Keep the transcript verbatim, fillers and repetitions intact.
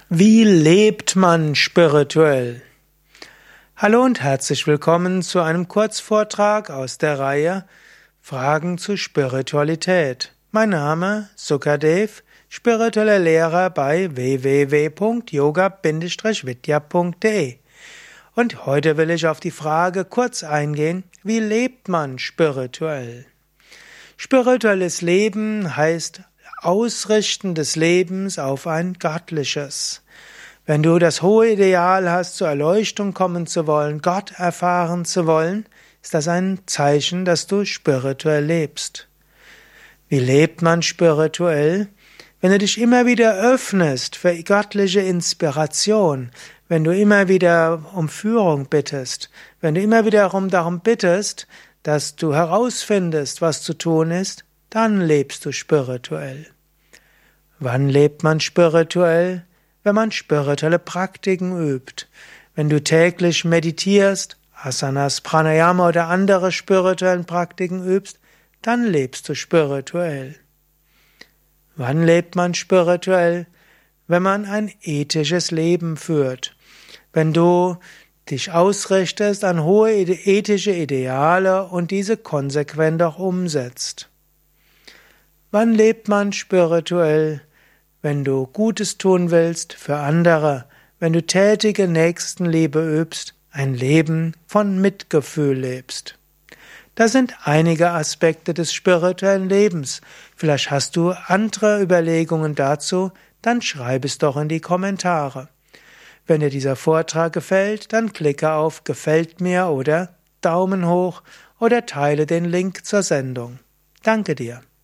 Wie lebt man spirituell? Hallo und herzlich willkommen zu einem Kurzvortrag aus der Reihe Fragen zu Spiritualität. Mein Name Sukadev, spiritueller Lehrer bei w w w punkt yoga Bindestrich vidya punkt de. Und heute will ich auf die Frage kurz eingehen, wie lebt man spirituell? Spirituelles Leben heißt Ausrichten des Lebens auf ein Göttliches. Wenn du das hohe Ideal hast, zur Erleuchtung kommen zu wollen, Gott erfahren zu wollen, ist das ein Zeichen, dass du spirituell lebst. Wie lebt man spirituell? Wenn du dich immer wieder öffnest für göttliche Inspiration, wenn du immer wieder um Führung bittest, wenn du immer wieder darum bittest, dass du herausfindest, was zu tun ist, dann lebst du spirituell. Wann lebt man spirituell? Wenn man spirituelle Praktiken übt. Wenn du täglich meditierst, Asanas, Pranayama oder andere spirituellen Praktiken übst, dann lebst du spirituell. Wann lebt man spirituell? Wenn man ein ethisches Leben führt. Wenn du dich ausrichtest an hohe ethische Ideale und diese konsequent auch umsetzt. Wann lebt man spirituell? Wenn du Gutes tun willst für andere, wenn du tätige Nächstenliebe übst, ein Leben von Mitgefühl lebst. Das sind einige Aspekte des spirituellen Lebens. Vielleicht hast du andere Überlegungen dazu, dann schreib es doch in die Kommentare. Wenn dir dieser Vortrag gefällt, dann klicke auf Gefällt mir oder Daumen hoch oder teile den Link zur Sendung. Danke dir.